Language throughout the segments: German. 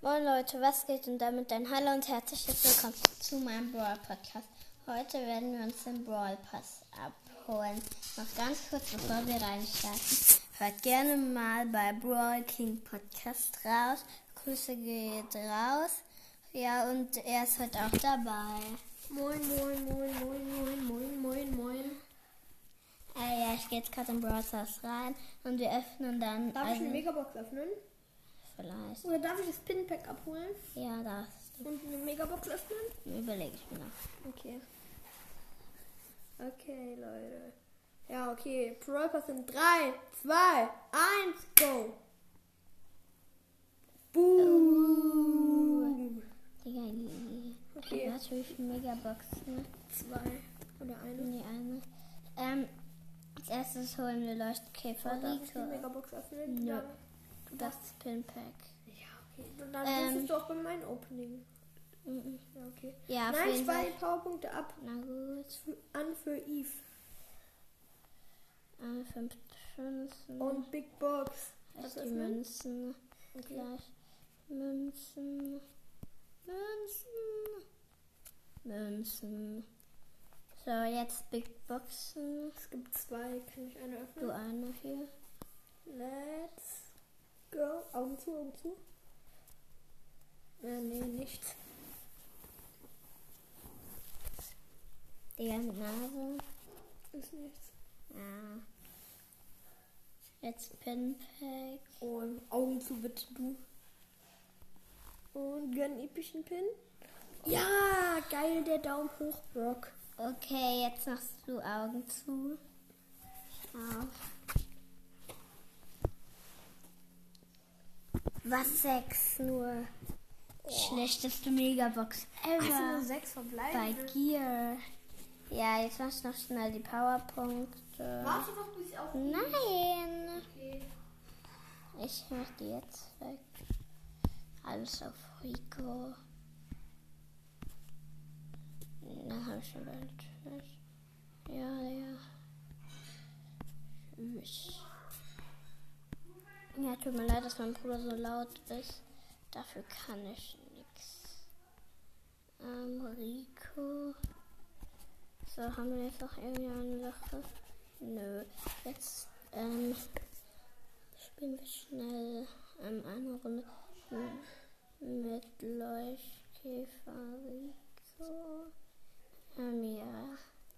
Moin Leute, was geht und damit ein Hallo und herzliches Willkommen zu meinem Brawl Podcast. Heute werden wir uns den Brawl Pass abholen. Noch ganz kurz, bevor wir reinstarten. Hört gerne mal bei Brawl King Podcast raus. Grüße geht raus. Ja, und er ist heute auch dabei. Moin, moin, moin, moin, moin, moin, moin, moin. Ja, ich gehe jetzt gerade in Brawl Pass rein und wir öffnen dann... Darf ich eine Megabox öffnen? Vielleicht. Oder darf ich das Pinpack abholen? Ja, darfst du. Und eine Megabox öffnen? Überlege ich mir noch. Okay. Okay, Leute. Ja, okay. Brawl Pass in 3, 2, 1, go! Boom! Digga, Okay. warte, wie viele Megaboxen? 2 oder eine? Nee, eine. Als erstes holen wir Leuchtkäfer. Darf ich die Megabox öffnen? Nö. Dann- Du darfst Pinpack. Ja, okay. Und dann bist du auch bei meinem Opening. Mhm. Ja, okay. Ja, auf Nein, jeden 2 Fall. Powerpunkte ab. Na gut. An für Eve. 5 Münzen. Und Big Box. Erst Was die öffnen? Münzen. Okay. Gleich. Münzen. So, jetzt Big Boxen. Es gibt 2. Kann ich eine öffnen? Du eine hier. Let's go. Augen zu, Augen zu. Nee, nichts. Digga mit Nase. Ist nichts. Ja. Jetzt Pinpack. Und Augen zu, bitte du. Und gönn epischen Pin. Ja, geil, der Daumen hoch, Brock. Okay, jetzt machst du Augen zu. Auf. Was 6 nur. Schlechteste Megabox Also nur ever. 6 Bei verbleiben. Gear. Ja, jetzt machst du noch schnell die Powerpunkte. Warte noch, bis ich auf. Nein. Okay. Ich mach die jetzt weg. Alles auf Rico. Dann habe ich schon bald. Ja. Tschüss. Ja, tut mir leid, dass mein Bruder so laut ist. Dafür kann ich nichts. Rico. So, haben wir jetzt noch irgendwie eine Sache? Nö. Jetzt, spielen wir schnell eine Runde mit Leuchtkäfer Rico. Ja.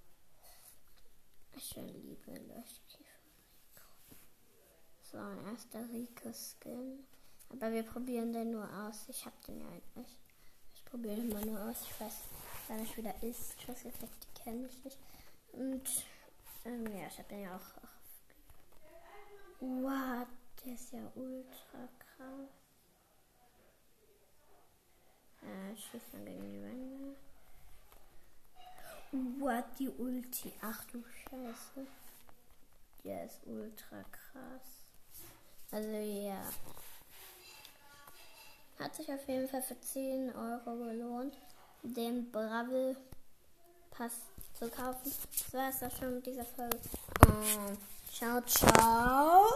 Ich liebe Leuchtkäfer Rico. So, erster Rico-Skin. Aber wir probieren den nur aus. Ich hab den ja nicht. Ich probiere den mal nur aus. Ich weiß gar nicht, wie der ist. Schusseffekte kenne ich nicht. Und, ja, ich hab den ja auch. Wow, der ist ja ultra krass. Schießt dann gegen die Wände. What, die Ulti. Ach du Scheiße. Der ist ultra krass. Also ja. Hat sich auf jeden Fall für 10 Euro gelohnt, den Brawl Pass zu kaufen. Das war es auch schon mit dieser Folge. Ciao, ciao.